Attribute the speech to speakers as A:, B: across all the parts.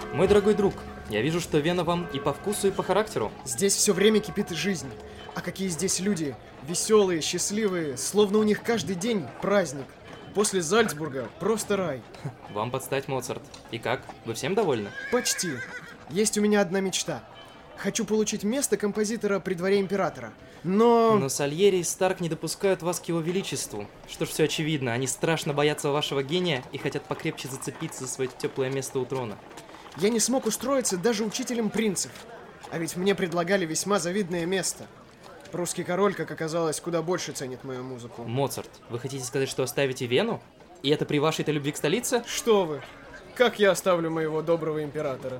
A: Мой дорогой друг, я вижу, что Вена вам и по вкусу, и по характеру.
B: Здесь все время кипит жизнь. А какие здесь люди? Веселые, счастливые, словно у них каждый день праздник. После Зальцбурга просто рай.
A: Вам подстать Моцарт. И как? Вы всем довольны?
B: Почти. Есть у меня одна мечта. Хочу получить место композитора при дворе императора. Но
A: Сальери и Старк не допускают вас к его величеству. Что ж, все очевидно, они страшно боятся вашего гения и хотят покрепче зацепиться за свое теплое место у трона.
B: я не смог устроиться даже учителем принцев. А ведь мне предлагали весьма завидное место. Русский король, как оказалось, куда больше ценит мою музыку.
A: Моцарт, вы хотите сказать, что оставите Вену? И это при вашей-то любви к столице?
B: Что вы? Как я оставлю моего доброго императора?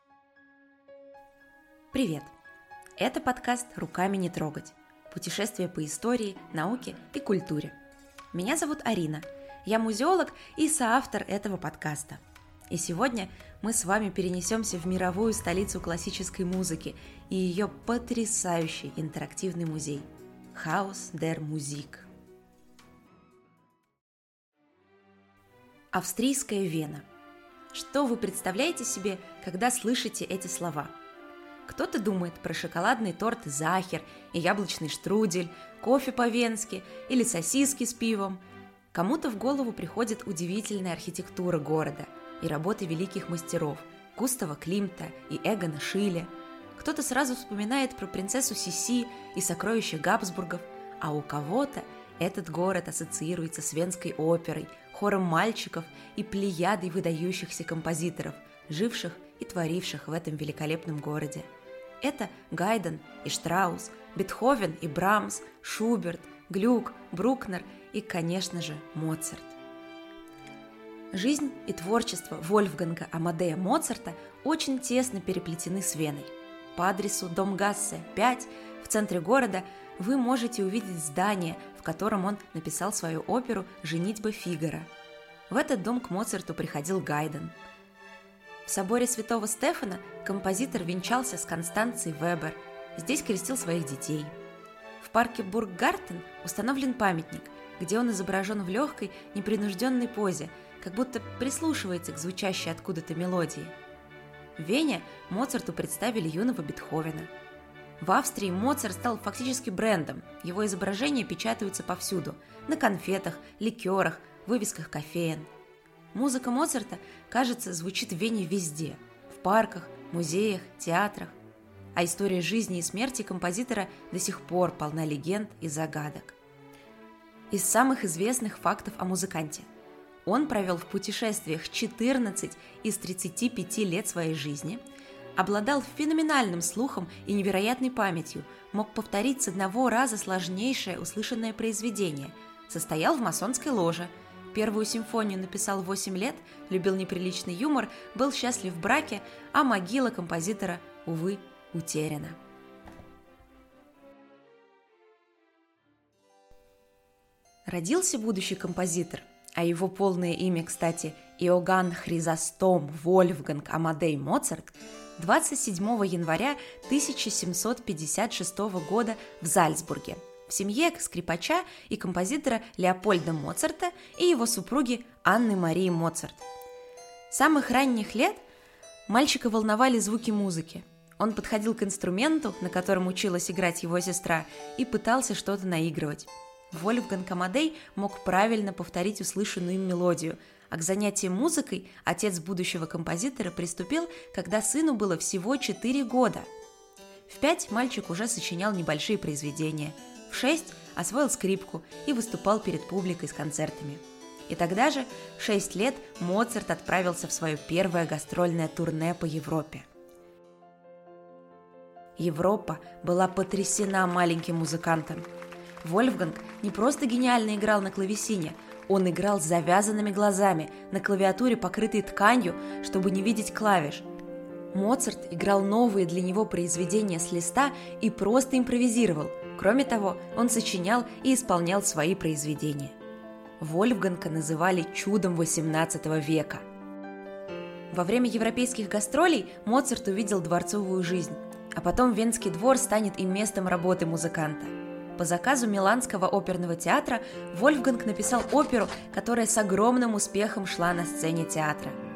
C: Привет! Это подкаст «Руками не трогать». Путешествие по истории, науке и культуре. Меня зовут Арина. Я музеолог и соавтор этого подкаста. И сегодня мы с вами перенесемся в мировую столицу классической музыки и ее потрясающий интерактивный музей – Haus der Musik. Австрийская Вена. Что вы представляете себе, когда слышите эти слова? Кто-то думает про шоколадный торт «Захер» и яблочный штрудель, кофе по-венски или сосиски с пивом. Кому-то в голову приходит удивительная архитектура города и работы великих мастеров Густава Климта и Эгона Шилле. Кто-то сразу вспоминает про принцессу Сиси и сокровища Габсбургов, а у кого-то этот город ассоциируется с Венской оперой, хором мальчиков и плеядой выдающихся композиторов, живших и творивших в этом великолепном городе. Это Гайден и Штраус, Бетховен и Брамс, Шуберт, Глюк, Брукнер и, конечно же, Моцарт. Жизнь и творчество Вольфганга Амадея Моцарта очень тесно переплетены с Веной. По адресу Домгассе 5 в центре города вы можете увидеть здание, в котором он написал свою оперу «Женитьба Фигаро». В этот дом к Моцарту приходил Гайден. В соборе Святого Стефана композитор венчался с Констанцией Вебер, здесь крестил своих детей. В парке Бурггартен установлен памятник, где он изображен в легкой, непринужденной позе, как будто прислушивается к звучащей откуда-то мелодии. В Вене Моцарту представили юного Бетховена. В Австрии Моцарт стал фактически брендом, его изображения печатаются повсюду – на конфетах, ликерах, вывесках кофеен. Музыка Моцарта, кажется, звучит в Вене везде – в парках, музеях, театрах. А история жизни и смерти композитора до сих пор полна легенд и загадок. Из самых известных фактов о музыканте. Он провел в путешествиях 14 из 35 лет своей жизни, обладал феноменальным слухом и невероятной памятью, мог повторить с одного раза сложнейшее услышанное произведение, состоял в масонской ложе, первую симфонию написал в 8 лет, любил неприличный юмор, был счастлив в браке, а могила композитора, увы, утеряна. Родился будущий композитор, а его полное имя, кстати, Иоганн Хризостом Вольфганг Амадей Моцарт, 27 января 1756 года в Зальцбурге, в семье скрипача и композитора Леопольда Моцарта и его супруги Анны Марии Моцарт. С самых ранних лет мальчика волновали звуки музыки. Он подходил к инструменту, на котором училась играть его сестра, и пытался что-то наигрывать. Вольфганг Амадей мог правильно повторить услышанную им мелодию, а к занятиям музыкой отец будущего композитора приступил, когда сыну было всего 4 года. В 5 мальчик уже сочинял небольшие произведения, в 6 освоил скрипку и выступал перед публикой с концертами. И тогда же, в 6 лет, Моцарт отправился в свое первое гастрольное турне по Европе. Европа была потрясена маленьким музыкантом. Вольфганг не просто гениально играл на клавесине, он играл с завязанными глазами, на клавиатуре, покрытой тканью, чтобы не видеть клавиш. Моцарт играл новые для него произведения с листа и просто импровизировал. Кроме того, он сочинял и исполнял свои произведения. Вольфганга называли чудом XVIII века. Во время европейских гастролей Моцарт увидел дворцовую жизнь, а потом Венский двор станет и местом работы музыканта. По заказу Миланского оперного театра Вольфганг написал оперу, которая с огромным успехом шла на сцене театра.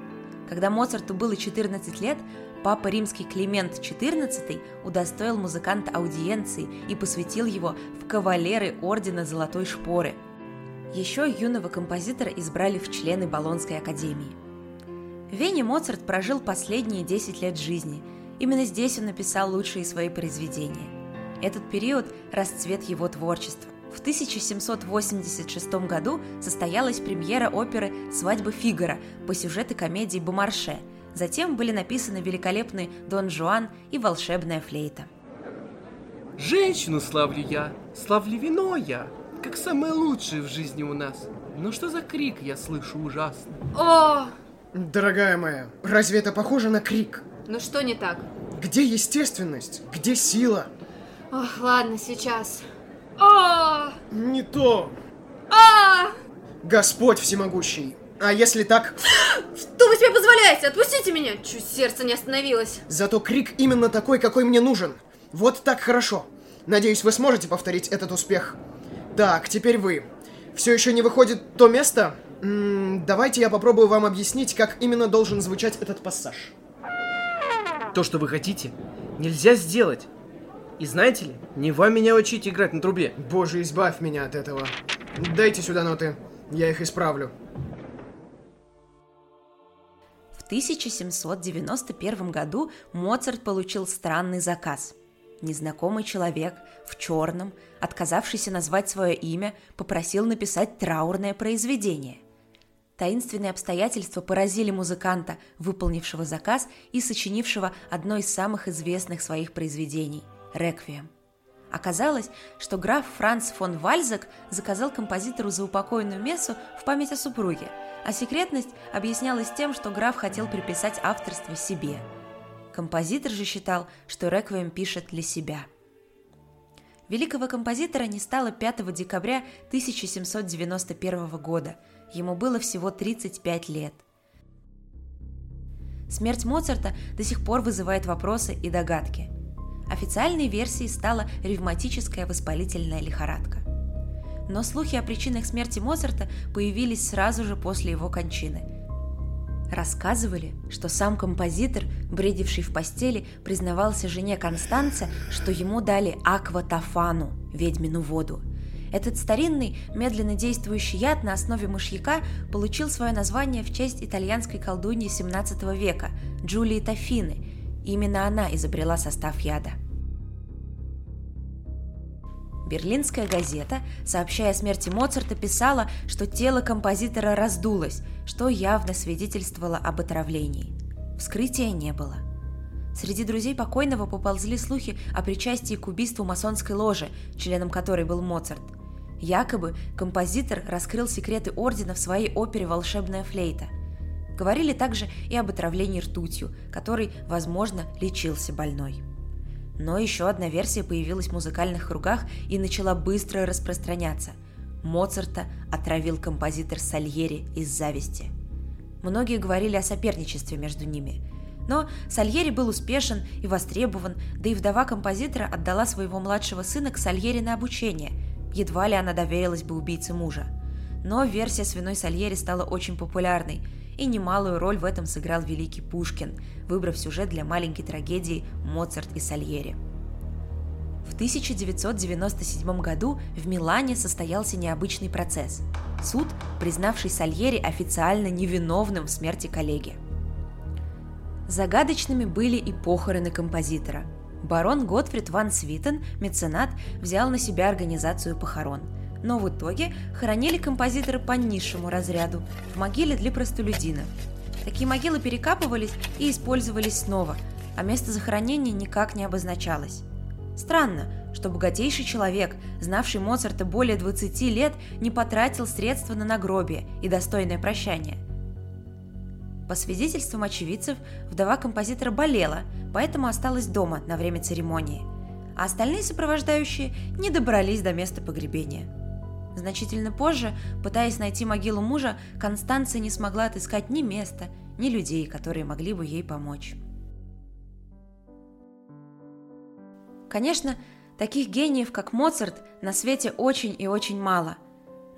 C: Когда Моцарту было 14 лет, папа римский Климент XIV удостоил музыканта аудиенции и посвятил его в кавалеры ордена Золотой Шпоры. Еще юного композитора избрали в члены Болонской академии. В Вене Моцарт прожил последние 10 лет жизни. Именно здесь он написал лучшие свои произведения. Этот период – расцвет его творчества. В 1786 году состоялась премьера оперы «Свадьба Фигаро» по сюжету комедии «Бомарше». Затем были написаны великолепные «Дон Жуан» и «Волшебная флейта».
D: Женщину славлю я, славлю вино я, как самое лучшее в жизни у нас. Но что за крик я слышу ужасный?
E: О,
B: Дорогая моя, разве это похоже на крик?
E: ну что не так?
B: Где естественность? Где сила?
E: Ох, ладно, сейчас. О,
B: Не то. Господь всемогущий. А если так,
E: что вы себе позволяете? Отпустите меня! Чуть сердце не остановилось.
B: зато крик именно такой, какой мне нужен. Вот так хорошо. Надеюсь, вы сможете повторить этот успех. Так, теперь вы. Все еще не выходит то место? Давайте я попробую вам объяснить, как именно должен звучать этот пассаж.
D: То, что вы хотите, нельзя сделать. И знаете ли, не вам меня учить играть на трубе.
B: Боже, избавь меня от этого. Дайте сюда ноты, я их исправлю.
C: В 1791 году Моцарт получил странный заказ. Незнакомый человек в черном, отказавшийся назвать свое имя, попросил написать траурное произведение. Таинственные обстоятельства поразили музыканта, выполнившего заказ и сочинившего одно из самых известных своих произведений – «Реквием». Оказалось, что граф Франц фон Вальзек заказал композитору заупокойную мессу в память о супруге, а секретность объяснялась тем, что граф хотел приписать авторство себе. Композитор же считал, что «Реквием» пишет для себя. Великого композитора не стало 5 декабря 1791 года. Ему было всего 35 лет. Смерть Моцарта до сих пор вызывает вопросы и догадки. Официальной версией стала ревматическая воспалительная лихорадка. Но слухи о причинах смерти Моцарта появились сразу же после его кончины. Рассказывали, что сам композитор, бредивший в постели, признавался жене Констанце, что ему дали акватофану, ведьмину воду. Этот старинный, медленно действующий яд на основе мышьяка получил свое название в честь итальянской колдуньи XVII века Джулии Тоффины. Именно она изобрела состав яда. Берлинская газета, сообщая о смерти Моцарта, писала, что тело композитора раздулось, что явно свидетельствовало об отравлении. Вскрытия не было. Среди друзей покойного поползли слухи о причастии к убийству масонской ложи, членом которой был Моцарт. Якобы композитор раскрыл секреты ордена в своей опере «Волшебная флейта». Говорили также и об отравлении ртутью, которой, возможно, лечился больной. Но еще одна версия появилась в музыкальных кругах и начала быстро распространяться. Моцарта отравил композитор Сальери из зависти. Многие говорили о соперничестве между ними. Но Сальери был успешен и востребован, да и вдова композитора отдала своего младшего сына к Сальери на обучение. Едва ли она доверилась бы убийце мужа. Но версия с виной Сальери стала очень популярной, и немалую роль в этом сыграл великий Пушкин, выбрав сюжет для маленькой трагедии «Моцарт и Сальери». В 1997 году в Милане состоялся необычный процесс. Суд, признавший Сальери официально невиновным в смерти коллеги. Загадочными были и похороны композитора. Барон Готфрид ван Свитен, меценат, взял на себя организацию похорон. Но в итоге хоронили композитора по низшему разряду, в могиле для простолюдинов. Такие могилы перекапывались и использовались снова, а место захоронения никак не обозначалось. Странно, что богатейший человек, знавший Моцарта более 20 лет, не потратил средства на надгробие и достойное прощание. По свидетельствам очевидцев, вдова композитора болела, поэтому осталась дома на время церемонии, а остальные сопровождающие не добрались до места погребения. Значительно позже, пытаясь найти могилу мужа, Констанция не смогла отыскать ни места, ни людей, которые могли бы ей помочь. Конечно, таких гениев, как Моцарт, на свете очень и очень мало.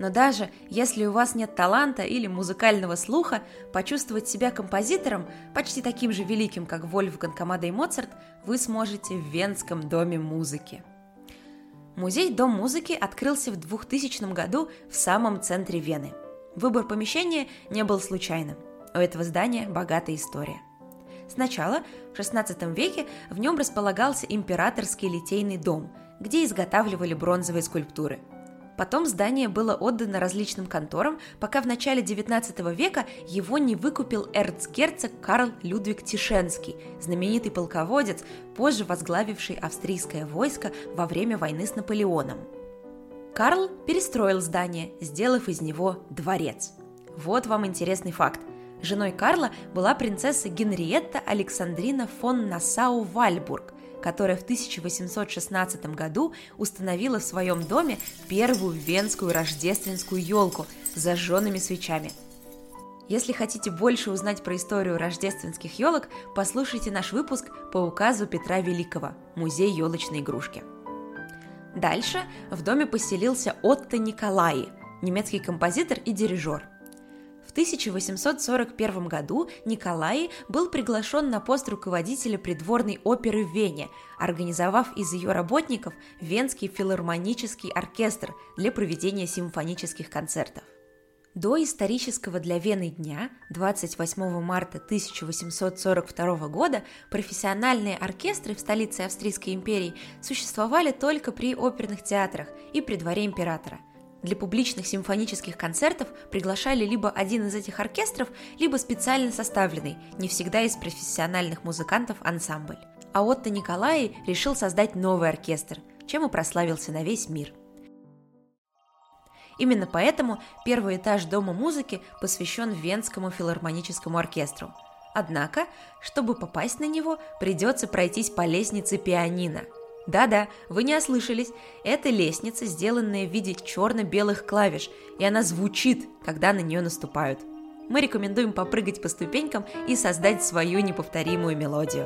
C: Но даже если у вас нет таланта или музыкального слуха, почувствовать себя композитором, почти таким же великим, как Вольфганг Амадей Моцарт, вы сможете в Венском доме музыки. Музей «Дом музыки» открылся в 2000 году в самом центре Вены. Выбор помещения не был случайным. У этого здания богатая история. Сначала, в XVI веке, в нем располагался императорский литейный дом, где изготавливали бронзовые скульптуры. Потом здание было отдано различным конторам, пока в начале XIX века его не выкупил эрцгерцог Карл Людвиг Тишенский, знаменитый полководец, позже возглавивший австрийское войско во время войны с Наполеоном. Карл перестроил здание, сделав из него дворец. Вот вам интересный факт. Женой Карла была принцесса Генриетта Александрина фон Нассау-Вальбург, которая в 1816 году установила в своем доме первую венскую рождественскую елку с зажженными свечами. Если хотите больше узнать про историю рождественских елок, послушайте наш выпуск по указу Петра Великого «Музей елочной игрушки». Дальше в доме поселился Отто Николаи, немецкий композитор и дирижер. В 1841 году Николаи был приглашен на пост руководителя придворной оперы в Вене, организовав из ее работников Венский филармонический оркестр для проведения симфонических концертов. До исторического для Вены дня, 28 марта 1842 года, профессиональные оркестры в столице Австрийской империи существовали только при оперных театрах и при дворе императора. Для публичных симфонических концертов приглашали либо один из этих оркестров, либо специально составленный, не всегда из профессиональных музыкантов, ансамбль. А Отто Николаи решил создать новый оркестр, чем и прославился на весь мир. Именно поэтому первый этаж Дома музыки посвящен Венскому филармоническому оркестру. Однако, чтобы попасть на него, придется пройтись по лестнице пианино. Да-да, вы не ослышались, это лестница, сделанная в виде черно-белых клавиш, и она звучит, когда на нее наступают. Мы рекомендуем попрыгать по ступенькам и создать свою неповторимую мелодию.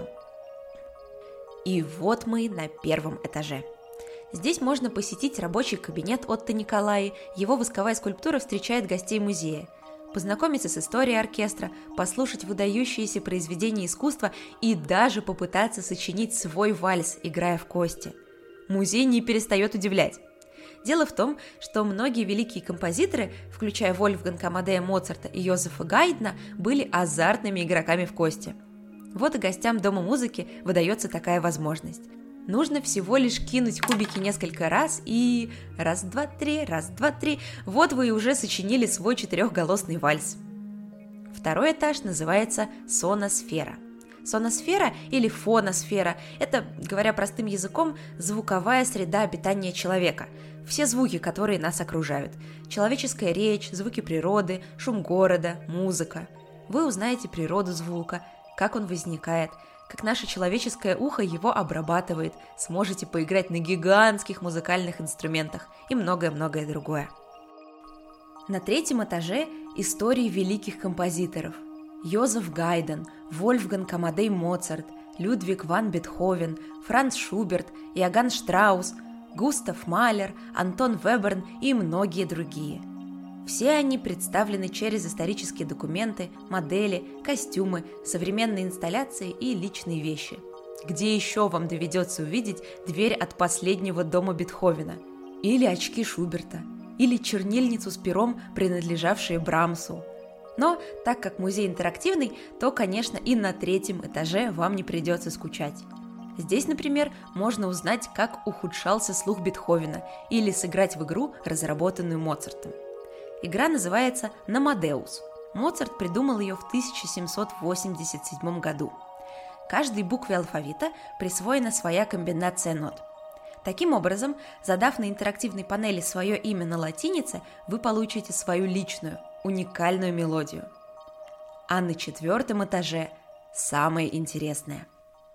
C: И вот мы на первом этаже. Здесь можно посетить рабочий кабинет Отто Николаи, его восковая скульптура встречает гостей музея, познакомиться с историей оркестра, послушать выдающиеся произведения искусства и даже попытаться сочинить свой вальс, играя в кости. Музей не перестает удивлять. Дело в том, что многие великие композиторы, включая Вольфганга Амадея Моцарта и Йозефа Гайдна, были азартными игроками в кости. Вот и гостям Дома музыки выдается такая возможность. Нужно всего лишь кинуть кубики несколько раз и... раз, два, три, вот вы и уже сочинили свой четырехголосный вальс. Второй этаж называется соносфера. Соносфера или фоносфера – это, говоря простым языком, звуковая среда обитания человека. Все звуки, которые нас окружают. Человеческая речь, звуки природы, шум города, музыка. Вы узнаете природу звука, как он возникает, как наше человеческое ухо его обрабатывает, сможете поиграть на гигантских музыкальных инструментах и многое-многое другое. На третьем этаже истории великих композиторов. Йозеф Гайден, Вольфганг Амадей Моцарт, Людвиг ван Бетховен, Франц Шуберт, Иоганн Штраус, Густав Малер, Антон Веберн и многие другие. Все они представлены через исторические документы, модели, костюмы, современные инсталляции и личные вещи. Где еще вам доведется увидеть дверь от последнего дома Бетховена? Или очки Шуберта? Или чернильницу с пером, принадлежавшие Брамсу? Но так как музей интерактивный, то, конечно, и на третьем этаже вам не придется скучать. Здесь, например, можно узнать, как ухудшался слух Бетховена или сыграть в игру, разработанную Моцартом. Игра называется «Намадеус». Моцарт придумал ее в 1787 году. Каждой букве алфавита присвоена своя комбинация нот. Таким образом, задав на интерактивной панели свое имя на латинице, вы получите свою личную, уникальную мелодию. А на четвертом этаже самое интересное.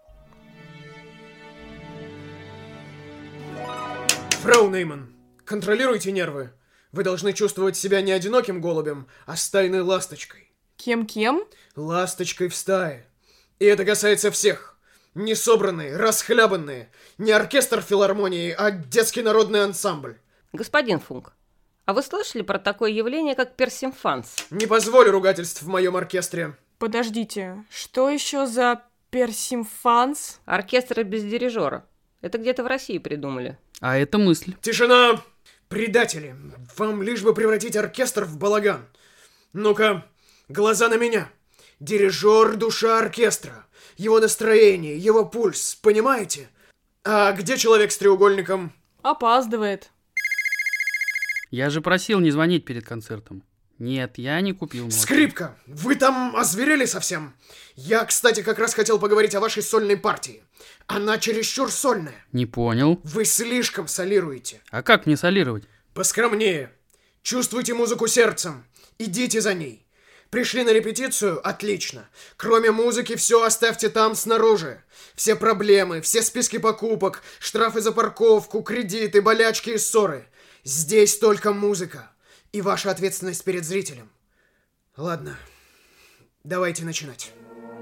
B: Фрау Нейман, контролируйте нервы. Вы должны чувствовать себя не одиноким голубем, а стайной ласточкой.
F: Кем-кем?
B: Ласточкой в стае. И это касается всех. Не собранные, расхлябанные. Не оркестр филармонии, а детский народный ансамбль.
G: Господин Функ,
F: А вы слышали про такое явление, как персимфанс?
B: Не позволю ругательств в моем оркестре.
G: Подождите, что еще за персимфанс?
F: Оркестр без дирижера. Это где-то в России придумали.
H: А это мысль.
B: Тишина! Предатели! Вам лишь бы превратить оркестр в балаган. Ну-ка, глаза на меня. Дирижер — душа оркестра. Его настроение, его пульс, понимаете? А где человек с треугольником?
G: Опаздывает.
H: Я же просил не звонить перед концертом. Нет, я не купил ноты.
B: Скрипка, вы там озверели совсем? Я, кстати, как раз хотел поговорить о вашей сольной партии. Она чересчур сольная.
H: Не понял.
B: Вы слишком солируете.
H: А как мне солировать?
B: Поскромнее. Чувствуйте музыку сердцем. Идите за ней. Пришли на репетицию? Отлично. Кроме музыки, все оставьте там снаружи. Все проблемы, все списки покупок, штрафы за парковку, кредиты, болячки и ссоры. Здесь только музыка. И ваша ответственность перед зрителем. Ладно, давайте начинать.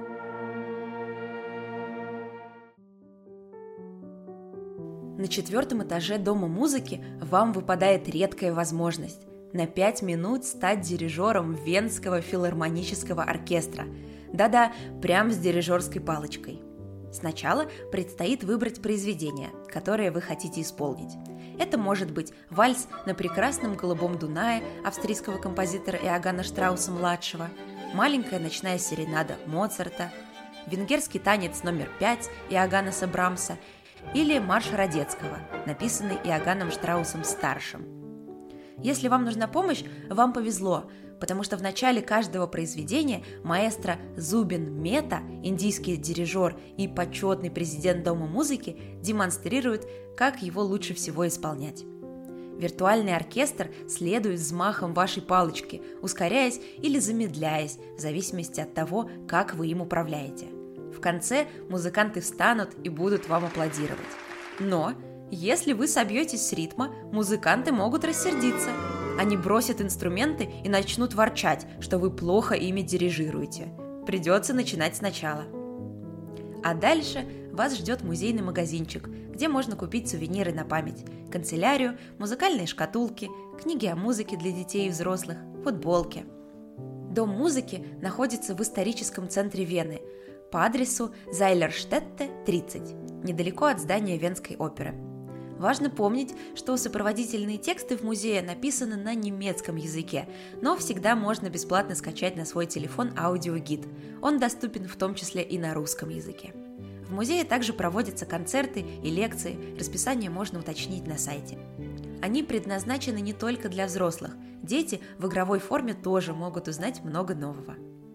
C: На 4-м этаже Дома музыки вам выпадает редкая возможность на 5 минут стать дирижером Венского филармонического оркестра. Да-да, прям с дирижерской палочкой. Сначала предстоит выбрать произведение, которое вы хотите исполнить. Это может быть вальс на прекрасном голубом Дунае австрийского композитора Иоганна Штрауса-младшего, маленькая ночная серенада Моцарта, венгерский танец номер 5 Иоганнеса Брамса или марш Радецкого, написанный Иоганном Штраусом-старшим. Если вам нужна помощь, вам повезло, потому что в начале каждого произведения маэстро Зубин Мета, индийский дирижер и почетный президент Дома музыки, демонстрирует, как его лучше всего исполнять. Виртуальный оркестр следует взмахам вашей палочки, ускоряясь или замедляясь, в зависимости от того, как вы им управляете. В конце музыканты встанут и будут вам аплодировать. Но если вы собьетесь с ритма, музыканты могут рассердиться. Они бросят инструменты и начнут ворчать, что вы плохо ими дирижируете. Придется начинать сначала. А дальше вас ждет музейный магазинчик, где можно купить сувениры на память, канцелярию, музыкальные шкатулки, книги о музыке для детей и взрослых, футболки. Дом музыки находится в историческом центре Вены по адресу Зайлерштетте, 30, недалеко от здания Венской оперы. Важно помнить, что сопроводительные тексты в музее написаны на немецком языке, но всегда можно бесплатно скачать на свой телефон аудиогид. Он доступен в том числе и на русском языке. В музее также проводятся концерты и лекции, расписание можно уточнить на сайте. Они предназначены не только для взрослых, дети в игровой форме тоже могут узнать много нового.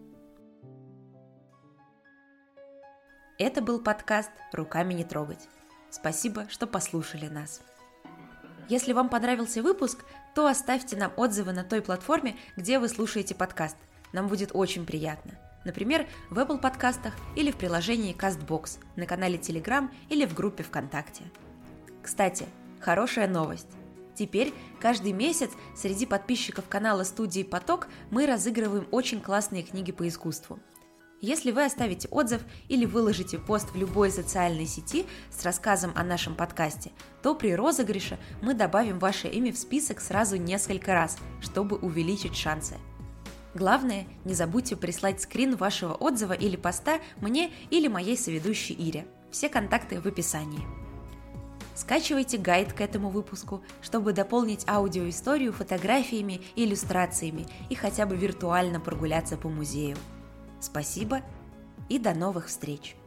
C: Это был подкаст «Руками не трогать». Спасибо, что послушали нас. Если вам понравился выпуск, то оставьте нам отзывы на той платформе, где вы слушаете подкаст. Нам будет очень приятно. Например, в Apple подкастах или в приложении CastBox, на канале Telegram или в группе ВКонтакте. Кстати, хорошая новость. Теперь каждый месяц среди подписчиков канала студии «Поток» мы разыгрываем очень классные книги по искусству. Если вы оставите отзыв или выложите пост в любой социальной сети с рассказом о нашем подкасте, то при розыгрыше мы добавим ваше имя в список сразу несколько раз, чтобы увеличить шансы. Главное, не забудьте прислать скрин вашего отзыва или поста мне или моей соведущей Ире. Все контакты в описании. Скачивайте гайд к этому выпуску, чтобы дополнить аудиоисторию фотографиями и иллюстрациями и хотя бы виртуально прогуляться по музею. Спасибо и до новых встреч!